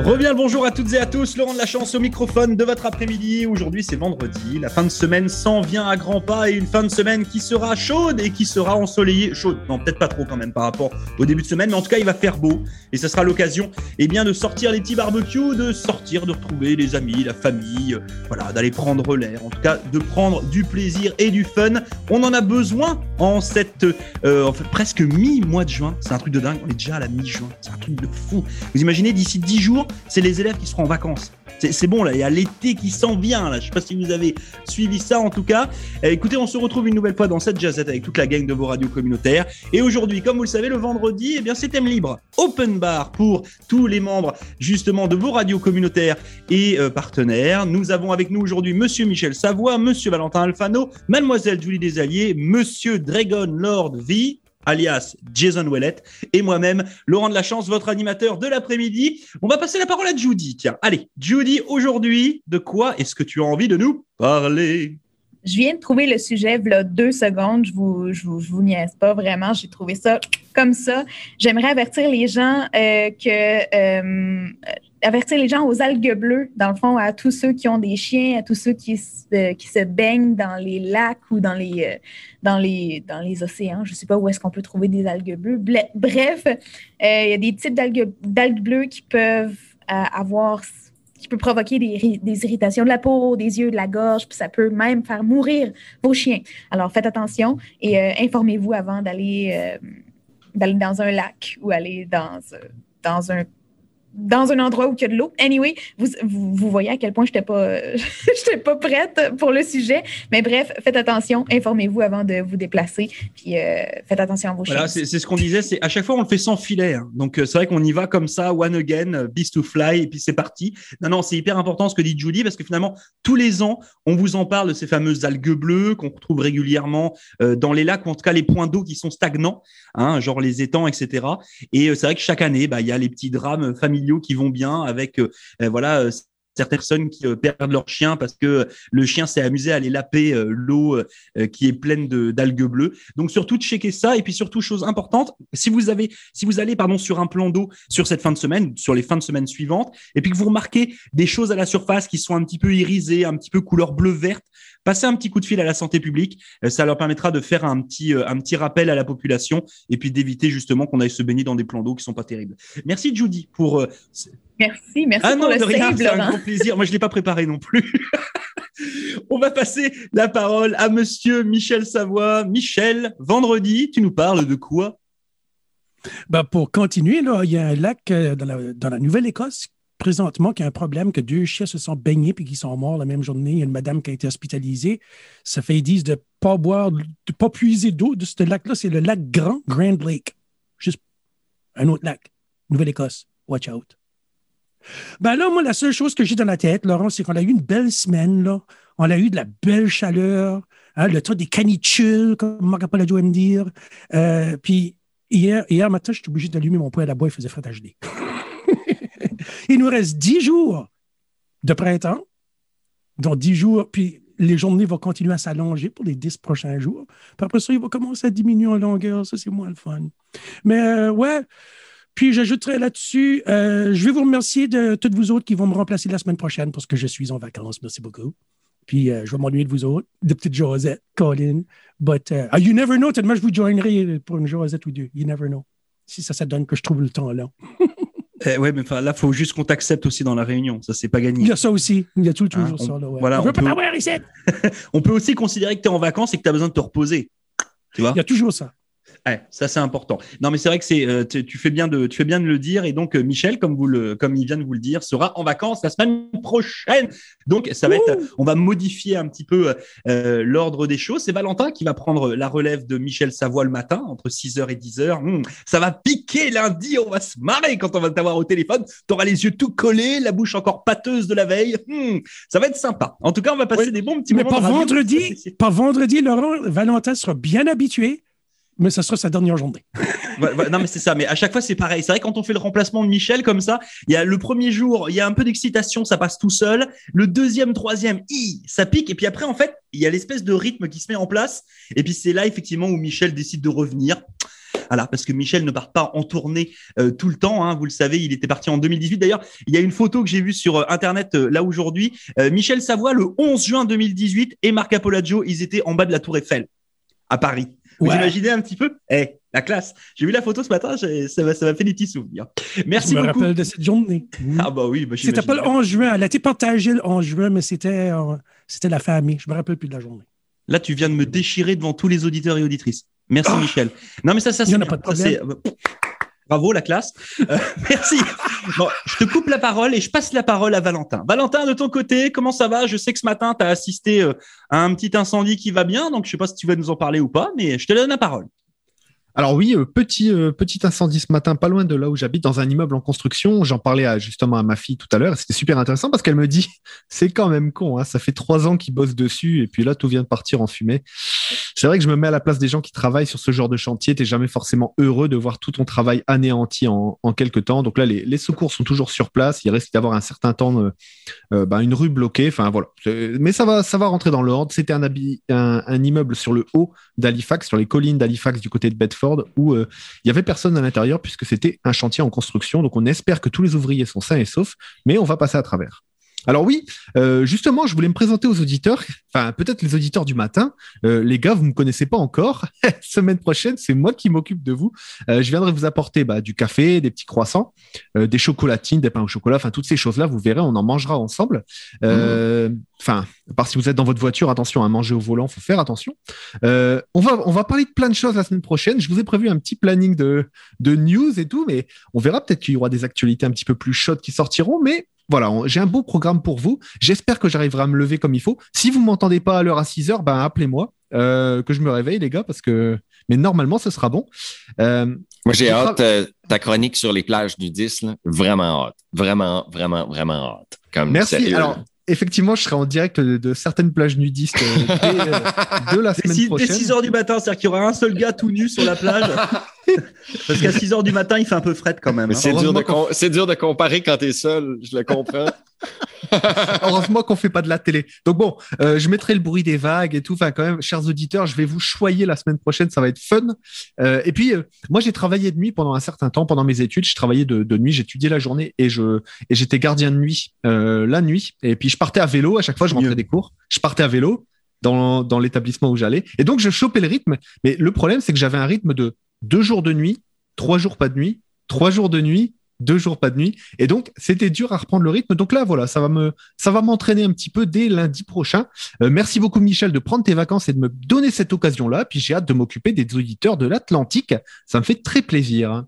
Reviens le bonjour à toutes et à tous, Laurent de la Chance au microphone de votre après-midi. Aujourd'hui c'est vendredi, la fin de semaine s'en vient à grands pas et une fin de semaine qui sera chaude et qui sera ensoleillée. Chaude, non peut-être pas trop quand même par rapport au début de semaine, mais en tout cas il va faire beau et ça sera l'occasion de sortir les petits barbecues, de retrouver les amis, la famille, d'aller prendre l'air, en tout cas de prendre du plaisir et du fun. On en a besoin en cette presque mi-mois de juin, c'est un truc de dingue, on est déjà à la mi-juin, c'est un truc de fou. Vous imaginez d'ici 10 jours, c'est les élèves qui seront en vacances. C'est bon, là, il y a l'été qui s'en vient. Là. Je ne sais pas si vous avez suivi ça, en tout cas. Écoutez, on se retrouve une nouvelle fois dans cette Jazzette avec toute la gang de vos radios communautaires. Et aujourd'hui, comme vous le savez, le vendredi, c'est thème libre. Open bar pour tous les membres, justement, de vos radios communautaires et partenaires. Nous avons avec nous aujourd'hui Monsieur Michel Savoie, Monsieur Valentin Alfano, Mademoiselle Julie Desalliés, Monsieur Dragon Lord V, alias Jason Ouellet, et moi-même, Laurent de la Chance, votre animateur de l'après-midi. On va passer la parole à Judy. Tiens, allez, Judy, aujourd'hui, de quoi est-ce que tu as envie de nous parler ? Je viens de trouver le sujet, voilà 2 secondes, je vous niaise pas vraiment, j'ai trouvé ça comme ça. J'aimerais avertir les gens avertir les gens aux algues bleues, dans le fond, à tous ceux qui ont des chiens, à tous ceux qui se baignent dans les lacs ou dans les océans. Je ne sais pas où est-ce qu'on peut trouver des algues bleues. Bref, il y a des types d'algues bleues qui peuvent qui peut provoquer des irritations de la peau, des yeux, de la gorge, puis ça peut même faire mourir vos chiens. Alors, faites attention et informez-vous avant d'aller dans un lac ou aller dans un endroit où il y a de l'eau. Anyway, vous voyez à quel point je n'étais pas prête pour le sujet. Mais bref, faites attention, informez-vous avant de vous déplacer. Puis faites attention à vos chiens. Voilà, c'est ce qu'on disait. C'est à chaque fois on le fait sans filet. Hein. Donc c'est vrai qu'on y va comme ça, one again, beast to fly, et puis c'est parti. Non, c'est hyper important ce que dit Julie parce que finalement tous les ans on vous en parle de ces fameuses algues bleues qu'on retrouve régulièrement dans les lacs ou en tout cas les points d'eau qui sont stagnants, hein, genre les étangs, etc. Et c'est vrai que chaque année, il y a les petits drames familiaux qui vont bien avec certaines personnes qui perdent leur chien parce que le chien s'est amusé à aller laper l'eau qui est pleine d'algues bleues. Donc surtout checker ça et puis surtout chose importante, si vous allez sur un plan d'eau sur cette fin de semaine, sur les fins de semaine suivantes, et puis que vous remarquez des choses à la surface qui sont un petit peu irisées, un petit peu couleur bleu-verte, passez un petit coup de fil à la santé publique, ça leur permettra de faire un petit rappel à la population et puis d'éviter justement qu'on aille se baigner dans des plans d'eau qui sont pas terribles. Merci Judy pour Merci pour le save, c'est un grand plaisir. Moi, je l'ai pas préparé non plus. On va passer la parole à Monsieur Michel Savoie. Michel, vendredi, tu nous parles de quoi ? Pour continuer, là, il y a un lac dans la Nouvelle-Écosse présentement qui a un problème que 2 chiens se sont baignés puis qui sont morts la même journée. Il y a une madame qui a été hospitalisée. Ça fait, ils disent, de ne pas puiser d'eau de ce lac-là. C'est le lac Grand Lake. Juste un autre lac. Nouvelle-Écosse. Watch out. Là, moi, la seule chose que j'ai dans la tête, Laurent, c'est qu'on a eu une belle semaine, là. On a eu de la belle chaleur, hein, le temps des canicules, comme Marc-Paul a dû me dire. Puis hier matin, j'étais obligé d'allumer mon poêle à bois, il faisait frais à geler. Il nous reste 10 jours de printemps, donc 10 jours, puis les journées vont continuer à s'allonger pour les 10 prochains jours. Puis après ça, il va commencer à diminuer en longueur, ça, c'est moins le fun. Mais ouais. Puis, j'ajouterai là-dessus, je vais vous remercier de toutes vous autres qui vont me remplacer la semaine prochaine parce que je suis en vacances. Merci beaucoup. Puis, je vais m'ennuyer de vous autres, de petites Josette, Colin. But, you never know. Tellement je vous joindrai pour une Josette ou 2. You never know. Si ça donne que je trouve le temps là. Ouais, mais là, il faut juste qu'on t'accepte aussi dans la réunion. Ça, c'est pas gagné. Il y a ça aussi. Il y a toujours ça. Là, ouais. Voilà, on veut pas t'avoir ici. On peut aussi considérer que tu es en vacances et que tu as besoin de te reposer. Tu vois ? Il y a toujours ça. Ouais, ça c'est important. Non mais c'est vrai que tu fais bien de le dire et donc Michel comme il vient de vous le dire sera en vacances la semaine prochaine. Donc ça va être on va modifier un petit peu l'ordre des choses. C'est Valentin qui va prendre la relève de Michel Savoie le matin entre 6h et 10h. Ça va piquer lundi, on va se marrer quand on va t'avoir au téléphone. Tu auras les yeux tout collés, la bouche encore pâteuse de la veille. Ça va être sympa. En tout cas, on va passer des bons petits moments. Mais par vendredi, Laurent, Valentin sera bien habitué. Mais ça sera sa dernière journée. Non, mais c'est ça. Mais à chaque fois, c'est pareil. C'est vrai, quand on fait le remplacement de Michel comme ça, il y a le premier jour, il y a un peu d'excitation, ça passe tout seul. Le deuxième, troisième, ça pique. Et puis après, en fait, il y a l'espèce de rythme qui se met en place. Et puis c'est là, effectivement, où Michel décide de revenir. Voilà, parce que Michel ne part pas en tournée tout le temps. Hein, vous le savez, il était parti en 2018. D'ailleurs, il y a une photo que j'ai vue sur Internet là aujourd'hui. Michel Savoie, le 11 juin 2018, et Marc Apolaccio, ils étaient en bas de la Tour Eiffel à Paris. Vous imaginez un petit peu? La classe. J'ai vu la photo ce matin, ça m'a fait des petits souvenirs. Merci beaucoup. Je me rappelle de cette journée. Ah bah oui. Bah, c'était pas le 11 juin. Elle a été partagée le 11 juin, mais c'était la famille. Je me rappelle plus de la journée. Là, tu viens de me déchirer devant tous les auditeurs et auditrices. Merci, Michel. Non, mais ça il n'y en a pas de problème. Bravo, la classe. Merci. Bon, je te coupe la parole et je passe la parole à Valentin. Valentin, de ton côté, comment ça va? Je sais que ce matin, tu as assisté à un petit incendie qui va bien, donc je ne sais pas si tu vas nous en parler ou pas, mais je te donne la parole. Alors oui, petit incendie ce matin, pas loin de là où j'habite, dans un immeuble en construction. J'en parlais justement à ma fille tout à l'heure. C'était super intéressant parce qu'elle me dit, c'est quand même con, hein, ça fait 3 ans qu'ils bossent dessus et puis là, tout vient de partir en fumée. C'est vrai que je me mets à la place des gens qui travaillent sur ce genre de chantier. T'es jamais forcément heureux de voir tout ton travail anéanti en quelques temps. Donc là, les secours sont toujours sur place. Il risque d'avoir un certain temps une rue bloquée. Enfin voilà. Mais ça va rentrer dans l'ordre. C'était un immeuble sur le haut d'Halifax, sur les collines d'Halifax du côté de Bedford, où il y avait personne à l'intérieur puisque c'était un chantier en construction. Donc on espère que tous les ouvriers sont sains et saufs, mais on va passer à travers. Alors oui, justement, je voulais me présenter aux auditeurs, enfin peut-être les auditeurs du matin. Les gars, vous me connaissez pas encore. Semaine prochaine, c'est moi qui m'occupe de vous. Je viendrai vous apporter du café, des petits croissants, des chocolatines, des pains au chocolat, enfin toutes ces choses-là, vous verrez, on en mangera ensemble. Enfin, à part si vous êtes dans votre voiture, attention à manger au volant, faut faire attention. On va parler de plein de choses la semaine prochaine. Je vous ai prévu un petit planning de news et tout, mais on verra peut-être qu'il y aura des actualités un petit peu plus chaudes qui sortiront, mais voilà, j'ai un beau programme pour vous. J'espère que j'arriverai à me lever comme il faut. Si vous m'entendez pas à l'heure à 6 heures, appelez-moi, que je me réveille, les gars, mais normalement, ce sera bon. Moi, j'ai hâte, ta chronique sur les plages nudistes, là. Vraiment hâte. Vraiment, vraiment, vraiment hâte. Merci. Sérieux. Alors, effectivement, je serai en direct de certaines plages nudistes de la semaine prochaine. Dès 6 heures du matin, c'est-à-dire qu'il y aura un seul gars tout nu sur la plage. Parce qu'à 6 heures du matin, il fait un peu fret quand même. Hein. C'est dur de comparer quand t'es seul, je le comprends. Heureusement qu'on fait pas de la télé. Donc bon, je mettrai le bruit des vagues et tout. Enfin, quand même, chers auditeurs, je vais vous choyer la semaine prochaine. Ça va être fun. Et puis, moi, j'ai travaillé de nuit pendant un certain temps. Pendant mes études, je travaillais de nuit. J'étudiais la journée et j'étais gardien de nuit la nuit. Et puis, je partais à vélo. À chaque fois, je rentrais des cours. Je partais à vélo dans l'établissement où j'allais. Et donc, je chopais le rythme. Mais le problème, c'est que j'avais un rythme de 2 jours de nuit, 3 jours pas de nuit, 3 jours de nuit, 2 jours pas de nuit. Et donc, c'était dur à reprendre le rythme. Donc là, voilà, ça va m'entraîner un petit peu dès lundi prochain. Merci beaucoup, Michel, de prendre tes vacances et de me donner cette occasion-là. Puis j'ai hâte de m'occuper des auditeurs de l'Atlantique. Ça me fait très plaisir.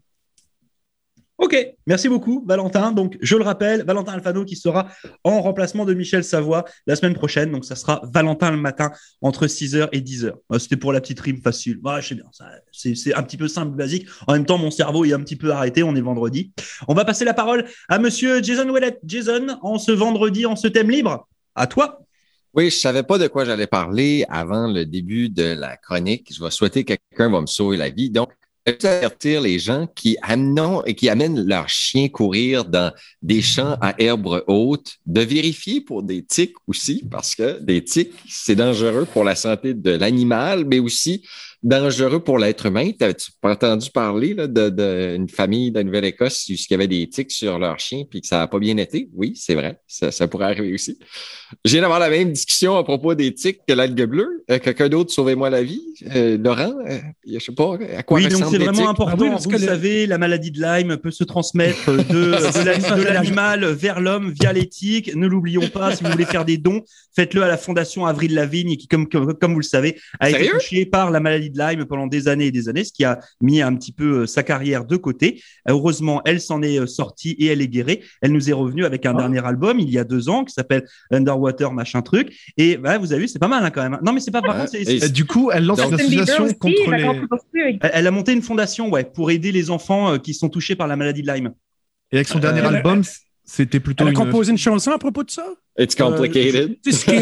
Ok, merci beaucoup Valentin. Donc je le rappelle, Valentin Alfano qui sera en remplacement de Michel Savoie la semaine prochaine. Donc ça sera Valentin le matin entre 6h et 10h. C'était pour la petite rime facile. Je sais bien, c'est un petit peu simple, basique. En même temps, mon cerveau est un petit peu arrêté, on est vendredi. On va passer la parole à monsieur Jason Ouellet. Jason, en ce vendredi, en ce thème libre, à toi. Oui, je savais pas de quoi j'allais parler avant le début de la chronique. Je vais souhaiter que quelqu'un va me sauver la vie. Donc, je veux avertir les gens qui amènent leurs chiens courir dans des champs à herbes hautes, de vérifier pour des tiques aussi, parce que des tiques, c'est dangereux pour la santé de l'animal, mais aussi dangereux pour l'être humain. T'as-tu pas entendu parler là, d'une famille de Nouvelle-Écosse où il y avait des tiques sur leurs chiens puis que ça n'a pas bien été? Oui, c'est vrai. Ça pourrait arriver aussi. Je viens d'avoir la même discussion à propos des tiques que l'algue bleue. Quelqu'un d'autre, sauvez-moi la vie. Laurent, je sais pas à quoi ressemblent les tiques. Oui, donc c'est vraiment important. Vous le savez, la maladie de Lyme peut se transmettre de l'animal vers l'homme via les tiques. Ne l'oublions pas, si vous voulez faire des dons, faites-le à la Fondation Avril Lavigne qui, comme vous le savez, a été touchée par la maladie de Lyme pendant des années et des années, ce qui a mis un petit peu sa carrière de côté. Heureusement, elle s'en est sortie et elle est guérie. Elle nous est revenue avec un dernier album il y a 2 ans qui s'appelle Underwater machin truc. Et vous avez vu, c'est pas mal quand même. Non, mais c'est pas par contre. Du coup, elle lance une association contre les. Elle a monté une fondation, pour aider les enfants qui sont touchés par la maladie de Lyme. Et avec son dernier album, c'était plutôt. Elle a composé une chanson à propos de ça. It's complicated.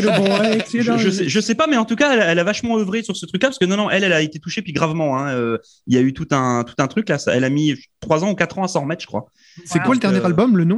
Je sais pas, mais en tout cas, elle a vachement œuvré sur ce truc-là parce que non, elle a été touchée puis gravement. Il y a eu tout un truc là. Elle a mis 3 ans ou 4 ans à s'en remettre, je crois. C'est quoi le dernier album, le nom?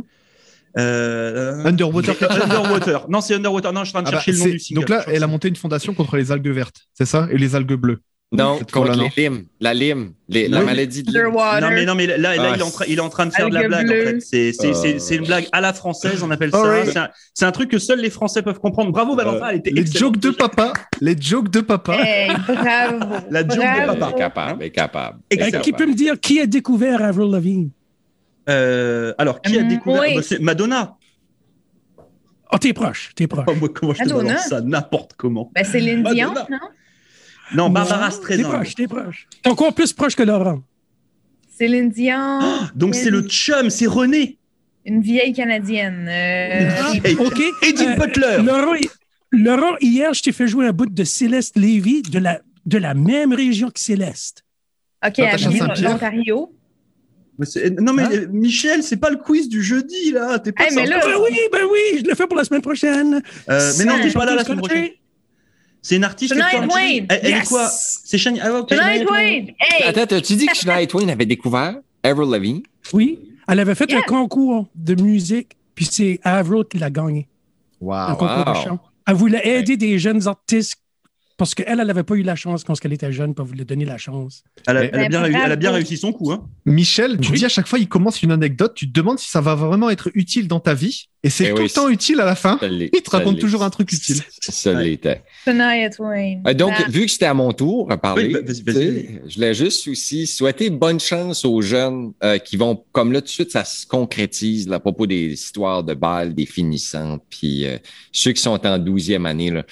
Underwater. Non, c'est Underwater. Non, je suis en train de chercher le nom du single. Donc là, elle a monté une fondation contre les algues vertes, c'est ça? Et les algues bleues. Non, Cette contre fois-là, les limes. La lime. La maladie de lime. Underwater. Non, mais là, Ah, il est en train de faire de la Algue blague, en bleue. fait. C'est une blague à la française, on appelle ça. Alright. C'est un truc que seuls les Français peuvent comprendre. Bravo, Valentin, elle était Les excellente. jokes de papa. Les jokes de papa. Hey, bravo. La joke de Bravo. papa. Est capable. Qui peut me dire qui a découvert Avril Lavigne? Alors, qui a découvert Oui. C'est Madonna. Oh, t'es proche. Oh, moi, comment je te Madonna. balance ça n'importe comment. Ben, Céline Dion, Madonna. non? Non, Barbara T'es Streisand. proche, t'es proche. T'es encore plus proche que Laurent. Céline Dion. Donc c'est le chum, c'est René. Une vieille Canadienne. OK. Edith Butler. Laurent, hier, je t'ai fait jouer un bout de Céleste Lévy de la même région que Céleste. OK, Natacha elle vient Saint-Pierre. de l'Ontario. Non, mais Hein? Michel, c'est pas le quiz du jeudi, là. T'es pas Hey, mais sympa. là- Ben oui, je le fais pour la semaine prochaine. Mais non, t'es pas là la semaine prochaine. C'est une artiste. Shania country. Twain. Elle est Yes. quoi? C'est Shania. Ah, ok. Shania Twain. Hey! Attends, tu dis que Shania Twain avait découvert Avril Lavigne? Oui, elle avait fait Yeah. un concours de musique, puis c'est Avril qui l'a gagné. Un Wow. concours de chant. Elle voulait aider des jeunes artistes parce qu'elle n'avait pas eu la chance quand elle était jeune, puis elle voulait donner la chance. Elle a bien Bravo. réussi son coup. Hein. Michel, tu Oui. dis à chaque fois, il commence une anecdote, tu te demandes si ça va vraiment être utile dans ta vie. Et c'est Eh tout oui, le temps utile à la fin. Ça l'est, Il te ça raconte l'est. toujours un truc utile. Ça Ouais. l'était. Shania Twain. Donc, Ah. vu que c'était à mon tour à parler, Oui, vas-y. tu sais, je voulais juste aussi souhaiter bonne chance aux jeunes qui vont, comme là, tout de suite, ça se concrétise là, à propos des histoires de balles, des finissants, puis ceux qui sont en 12e année. Là.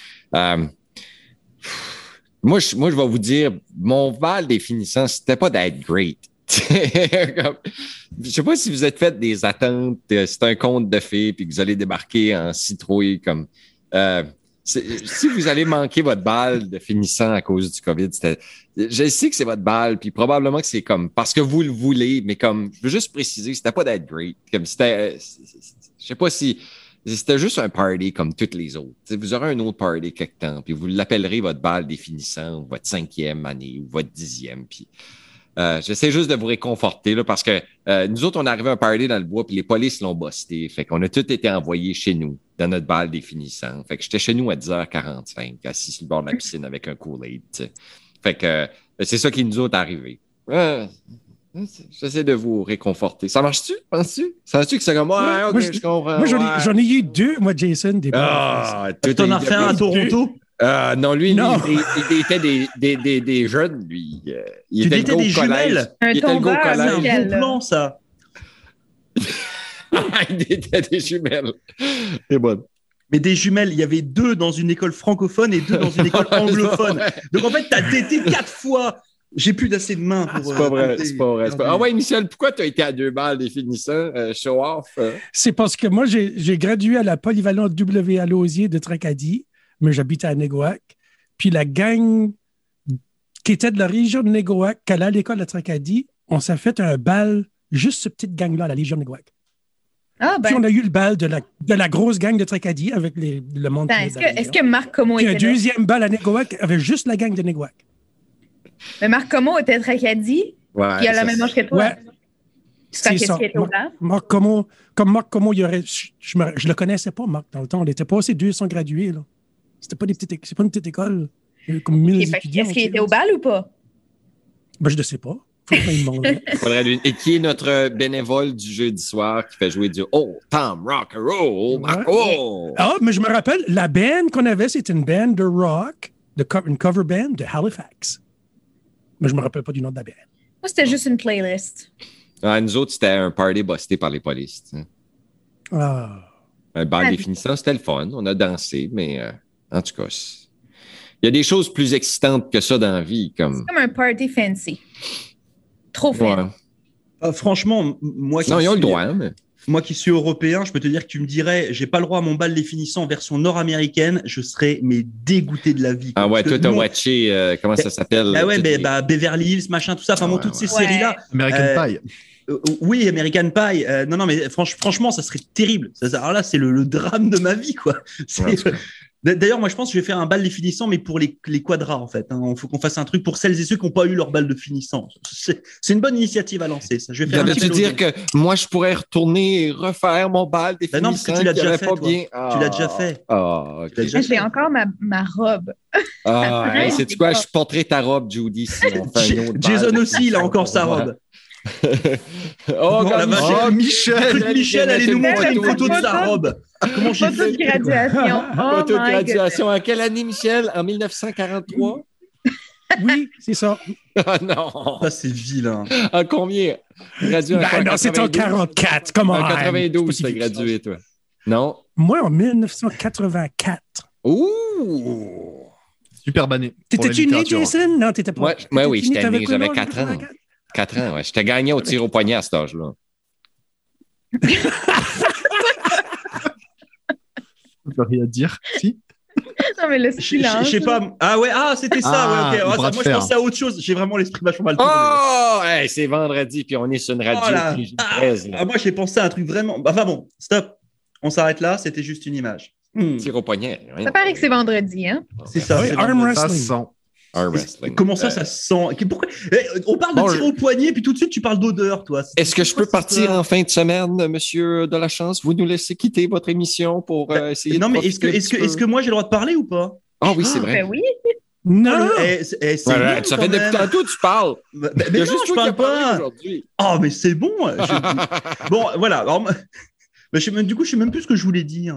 Moi, je vais vous dire, mon bal des finissants, c'était pas d'être great. Comme, je sais pas si vous êtes fait des attentes, c'est un conte de fées, puis que vous allez débarquer en citrouille comme... si vous allez manquer votre balle de finissant à cause du COVID, je sais que c'est votre balle, puis probablement que c'est comme parce que vous le voulez, mais comme je veux juste préciser, c'était pas d'être great. Comme c'était, je sais pas si c'était juste un party comme toutes les autres. T'sais, vous aurez un autre party quelque temps, puis vous l'appellerez votre balle des finissants, ou votre 5e année, ou votre 10e, puis j'essaie juste de vous réconforter là, parce que nous autres, on est arrivé à un party dans le bois, puis les polices l'ont busté. Fait qu'on a tous été envoyés chez nous, dans notre balle des finissants. Fait que j'étais chez nous à 10h45, assis sur le bord de la piscine avec un Kool-Aid. T'sais. Fait que c'est ça qui nous est arrivé. J'essaie de vous réconforter. Ça marche-tu, penses-tu? Ça marche-tu que c'est comme, ouais, ok, Moi, je comprends. Moi, ouais. j'en ai eu 2, moi, Jason, des Tout T'en est- as fait un à Toronto. non, lui, Non. il était des jeunes, lui. Il Tu était le étais gars des au collège. jumelles. Un Il était le gars au tombeur, C'est un collège. Michel. bon plan, ça. Il était des jumelles. C'est bon. Mais des jumelles, il y avait 2 dans une école francophone et 2 dans une école anglophone. Donc en fait, t'as tété 4 fois. J'ai plus d'assez de mains pour. C'est pas vrai, téter. c'est pas vrai. c'est pas- Ah ouais, Michel, pourquoi tu as été à 2 balles définissant? Show off. C'est parce que moi, j'ai gradué à la polyvalente W à Lausier de Tracadie, mais j'habitais à Négoac. Puis la gang qui était de la région de Négoac, qui allait à l'école à Tracadie, on s'est fait un bal, juste ce petite gang-là, à la Légion de Négoac. Ah, Puis ben. on a eu le bal de la grosse gang de Tracadie avec le monde. Attends, est-ce que Marc Como Puis un était là? deuxième bal à Négoac avec juste la gang de Négoac. Mais Marc Como était Tracadie, Ouais, qui a la ça, même âge que toi. Ouais, Quand c'est qu'est-ce ça. qu'il était au bal? Marc Como, il y aurait. Je le connaissais pas, Marc, dans le temps. On était pas assez 200 gradués, là. C'est pas une petite école. Il y avait comme 1000 Ok, fait que étudiants. Est-ce qu'il était au bal ou pas? Ben, je ne sais pas. Faut pas y demander. faudrait lui- Et qui est notre bénévole du jeudi soir qui fait jouer du Oh, Tom, rock and roll, Marco! Ah, mais je me rappelle, la band qu'on avait, c'était une band de rock, une cover band de Halifax. Mais je me rappelle pas du nom de la band. Moi, c'était juste une playlist. Ah, nous autres, c'était un party busté par les polices. Tu sais. Ah. Un bal Ah, définissant, c'était le fun. On a dansé, mais en tout cas, il y a des choses plus excitantes que ça dans la vie. Comme... Comme un party fancy. Trop fan. Ouais. Franchement, moi qui Non, ils ont le suis- droit, mais... Moi qui suis européen, je peux te dire que tu me dirais, j'ai pas le droit à mon bal définissant en version nord-américaine, je serais mais dégoûté de la vie. quoi. Ah ouais, Parce toi, que t'as nous, watché, comment ça s'appelle? Ah ouais, toutes mais, les- Beverly Hills, machin, tout ça, enfin bon, Ouais, toutes ces ouais. séries-là. American Pie. Oui, American Pie. Non, mais franchement, ça serait terrible. Alors là, c'est le drame de ma vie, quoi. C'est- Ouais, en tout cas. D'ailleurs, moi, je pense que je vais faire un bal des finissants, mais pour les quadras, en fait. Il faut qu'on fasse un truc pour celles et ceux qui n'ont pas eu leur bal de finissant. C'est une bonne initiative à lancer, ça. Je vais faire un Veux-tu petit dire que moi, je pourrais retourner et refaire mon bal des non, parce que tu l'as déjà fait, toi. Tu l'as déjà fait. Ah, ok. J'ai encore ma robe. Ah, hey, sais-tu quoi? Je porterai ta robe, Judy, si on fait un autre Jason bal. aussi, il a encore sa robe. Oh, la vache. Oh, Michel! Michel, allez nous montrer une photo de sa robe. Comment j'ai Photo de fait? graduation. Oh Photo de my graduation. À quelle année, Michel? En 1943? Oui, c'est ça. Ah non! Ça, c'est vilain. En combien? Gradué Ben non, c'est en 44. Comment? En 92, tu as gradué, toi. Non? Moi, en 1984. Ouh! Super année. T'étais-tu né, Jason? Non, t'étais pas. Moi, oui, j'étais t'avais né, quel j'avais âge, 4 ans. 84? 4 ans, ouais. J'étais gagné au tir au poignet à cet âge-là. Je peux rien dire. Si? Non, mais le Je silence. sais pas. Ah ouais, c'était ça. Ah, ouais, ok. le Ah, bras de moi, je fer. pensais à autre chose. J'ai vraiment l'esprit vachement mal tourné. Oh! Hey, c'est vendredi, puis on est sur une radio Oh là. TJ13, là. Moi, j'ai pensé à un truc vraiment. Enfin bon, stop. On s'arrête là. C'était juste une image. Tir au poignet. Ça paraît que c'est vendredi, hein? C'est ça. Oui, c'est arm vendredi. Ça wrestling. sent. Arm wrestling. Comment ça se sent? Pourquoi? On parle de Bon, tir au poignet, puis tout de suite, tu parles d'odeur, toi. Est-ce que je peux C'est quoi, partir ça? en fin de semaine, monsieur de la chance? Vous nous laissez quitter votre émission pour essayer Non, de mais profiter un petit peu? est-ce que moi, j'ai le droit de parler ou pas? Ah oui, c'est vrai. Ben oui. Non! C'est Ouais, bon, ça quand fait depuis même. tantôt tu parles. Mais Il y a non, juste je toi qui parle as parlé pas. aujourd'hui. Oh, mais c'est bon. Bon, voilà. Alors, du coup, je sais même plus ce que je voulais dire.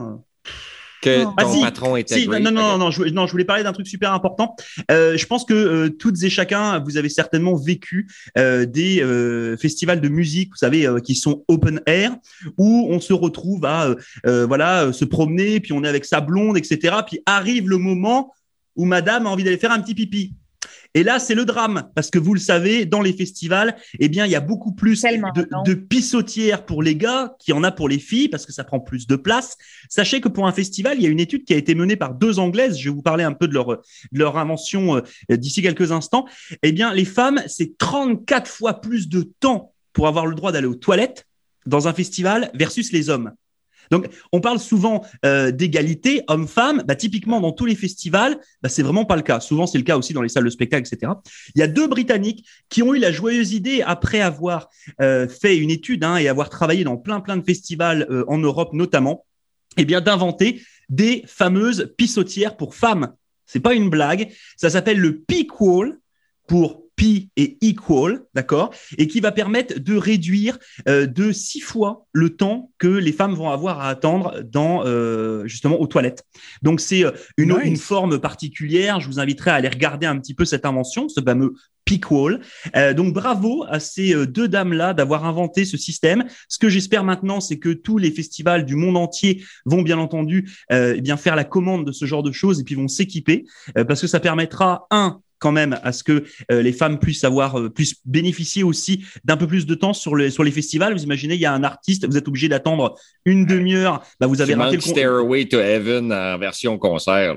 Que Ah, ton si. patron était Si, great. non, je voulais parler d'un truc super important. Je pense que toutes et chacun, vous avez certainement vécu des festivals de musique, vous savez, qui sont open air, où on se retrouve à se promener, puis on est avec sa blonde, etc. Puis arrive le moment où madame a envie d'aller faire un petit pipi. Et là, c'est le drame, parce que vous le savez, dans les festivals, eh bien, il y a beaucoup plus Tellement long. de pissotières pour les gars qu'il y en a pour les filles, parce que ça prend plus de place. Sachez que pour un festival, il y a une étude qui a été menée par 2 Anglaises. Je vais vous parler un peu de leur invention d'ici quelques instants. Eh bien, les femmes, c'est 34 fois plus de temps pour avoir le droit d'aller aux toilettes dans un festival versus les hommes. Donc, on parle souvent d'égalité homme-femme. Typiquement, dans tous les festivals, c'est vraiment pas le cas. Souvent, c'est le cas aussi dans les salles de spectacle, etc. Il y a 2 Britanniques qui ont eu la joyeuse idée, après avoir fait une étude et avoir travaillé dans plein de festivals en Europe notamment, eh bien, d'inventer des fameuses pissotières pour femmes. C'est pas une blague. Ça s'appelle le Peak Wall pour P et equal, d'accord, et qui va permettre de réduire de 6 fois le temps que les femmes vont avoir à attendre dans justement aux toilettes. Donc c'est une forme particulière. Je vous inviterai à aller regarder un petit peu cette invention, ce fameux Peak Wall. Donc bravo à ces 2 dames-là d'avoir inventé ce système. Ce que j'espère maintenant, c'est que tous les festivals du monde entier vont bien entendu bien faire la commande de ce genre de choses et puis vont s'équiper parce que ça permettra quand même à ce que les femmes puissent bénéficier aussi d'un peu plus de temps sur les festivals. Vous imaginez, il y a un artiste, vous êtes obligé d'attendre une demi-heure, vous avez raté le Stairway to Heaven en version concert.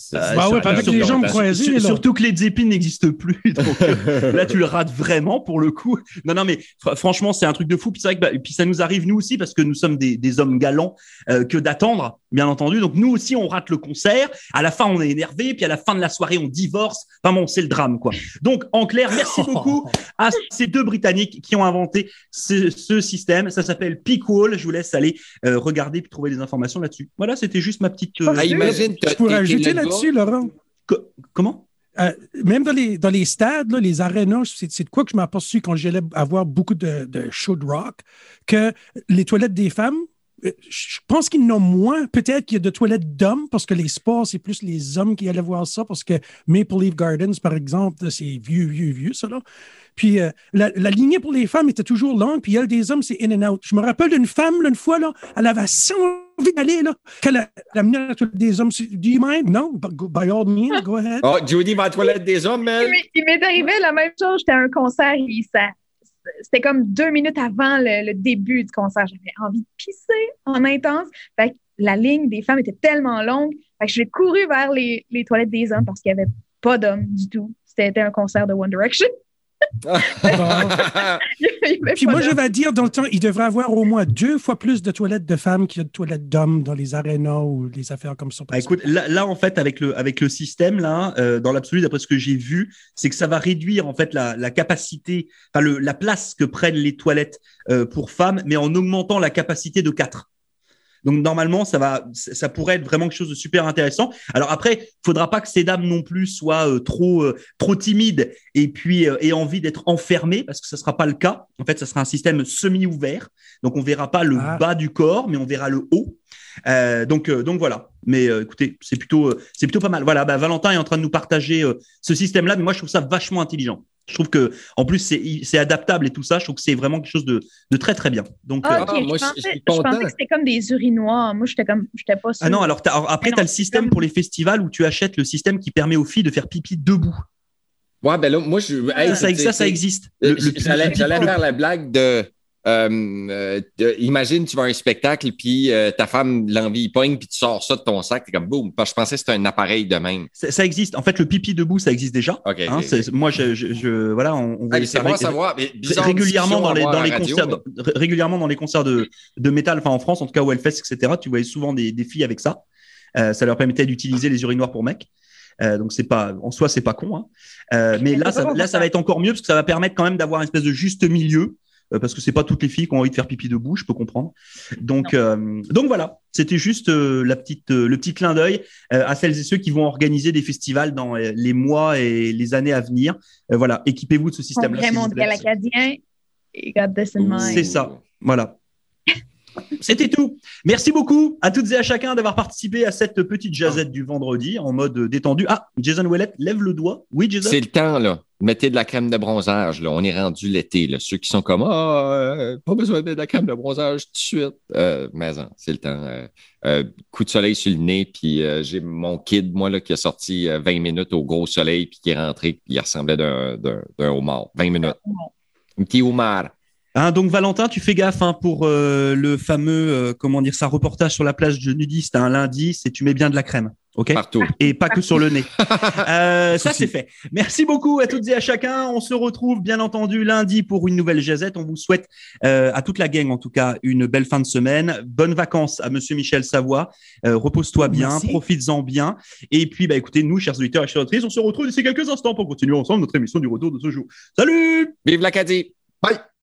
Avec les jambes croisées. Surtout que les Zeppelin n'existent plus. Donc là, tu le rates vraiment pour le coup. Non, mais franchement, c'est un truc de fou. Puis c'est vrai que puis ça nous arrive nous aussi parce que nous sommes des hommes galants que d'attendre, bien entendu. Donc nous aussi, on rate le concert. À la fin, on est énervé. Puis à la fin de la soirée, on divorce. Enfin bon, c'est le drame, quoi. Donc, en clair, merci beaucoup à ces 2 Britanniques qui ont inventé ce système. Ça s'appelle Peak Wall. Je vous laisse aller regarder puis trouver des informations là-dessus. Voilà, c'était juste ma petite. Imagine, je pourrais ajouter là-dessus, Laurent. Comment? Même dans les stades, là, les arénas, c'est de quoi que je m'aperçus quand j'allais avoir beaucoup de shows de rock, que les toilettes des femmes, je pense qu'ils n'ont moins. Peut-être qu'il y a de toilettes d'hommes parce que les sports, c'est plus les hommes qui allaient voir ça parce que Maple Leaf Gardens, par exemple, c'est vieux, ça là. Puis la lignée pour les femmes était toujours longue, puis elle des hommes, c'est in and out. Je me rappelle d'une femme, là, une fois, là, elle avait si envie d'aller, là, qu'elle a amené à la toilette des hommes. Do you mind? Non? By all means, go ahead. Oh, Judy va à la toilette des hommes, mais... Il m'est arrivé la même chose. J'étais à un concert et c'était comme 2 minutes avant le début du concert. J'avais envie de pisser en intense. Fait que la ligne des femmes était tellement longue. Fait que j'ai couru vers les toilettes des hommes parce qu'il n'y avait pas d'hommes du tout. C'était un concert de One Direction. Bon. Puis moi, je vais dire, dans le temps, il devrait avoir au moins 2 fois plus de toilettes de femmes qu'il y a de toilettes d'hommes dans les arénas ou les affaires comme ça. Écoute, là, en fait, avec le système, là, dans l'absolu, d'après ce que j'ai vu, c'est que ça va réduire en fait la capacité, enfin la place que prennent les toilettes pour femmes, mais en augmentant la capacité de 4. Donc normalement, ça pourrait être vraiment quelque chose de super intéressant. Alors après, faudra pas que ces dames non plus soient trop timides et puis aient envie d'être enfermées, parce que ça sera pas le cas. En fait, ça sera un système semi-ouvert. Donc on verra pas le bas du corps, mais on verra le haut. Donc voilà. Mais écoutez, c'est plutôt pas mal. Voilà, Valentin est en train de nous partager ce système-là, mais moi je trouve ça vachement intelligent. Je trouve que en plus c'est adaptable et tout ça. Je trouve que c'est vraiment quelque chose de très très bien. Donc moi, je pensais que c'était comme des urinoirs. Moi, j'étais pas sûr. Ah non, alors après t'as le système pour les festivals où tu achètes le système qui permet aux filles de faire pipi debout. Ouais, ben là, moi ça existe. J'allais faire la blague de. Imagine, tu vas à un spectacle puis ta femme l'envie pogne puis tu sors ça de ton sac, t'es comme boum. Parce que je pensais que c'était un appareil de même. Ça existe. En fait, le pipi debout, ça existe déjà. Okay. Moi, voilà, on voit c'est bon à savoir. Régulièrement dans les concerts, régulièrement dans les concerts de métal, enfin en France, en tout cas au Hellfest, etc. Tu voyais souvent des filles avec ça. Ça leur permettait d'utiliser les urinoirs pour mecs. Donc en soi, c'est pas con. Mais là, ça va être encore mieux parce que ça va permettre quand même d'avoir une espèce de juste milieu. Parce que c'est pas toutes les filles qui ont envie de faire pipi debout, je peux comprendre. Donc voilà, c'était juste le petit clin d'œil à celles et ceux qui vont organiser des festivals dans les mois et les années à venir. Voilà, équipez-vous de ce système-là. Congrès mondial acadien, got this in mind. C'est ça, voilà. C'était tout. Merci beaucoup à toutes et à chacun d'avoir participé à cette petite jazette du vendredi en mode détendu. Ah, Jason Ouellette, lève le doigt. Oui, Jason? C'est le temps, là. Mettez de la crème de bronzage, là. On est rendu l'été, là. Ceux qui sont comme, pas besoin de mettre de la crème de bronzage tout de suite. Mais non, c'est le temps. Coup de soleil sur le nez, puis j'ai mon kid, moi, là, qui a sorti 20 minutes au gros soleil, puis qui est rentré, puis il ressemblait d'un homard. 20 minutes. Un petit homard. Donc Valentin, tu fais gaffe pour le fameux reportage sur la plage de nudistes un lundi, c'est tu mets bien de la crème, ok? Partout. Et pas que sur le nez. Ça c'est fait. Merci beaucoup à toutes et à chacun. On se retrouve bien entendu lundi pour une nouvelle jazette. On vous souhaite à toute la gang en tout cas une belle fin de semaine. Bonnes vacances à Monsieur Michel Savoie. Repose-toi bien, profites-en bien. Et puis écoutez, nous chers auditeurs et chères auditrices, on se retrouve d'ici quelques instants pour continuer ensemble notre émission du retour de ce jour. Salut. Vive l'Acadie. Bye.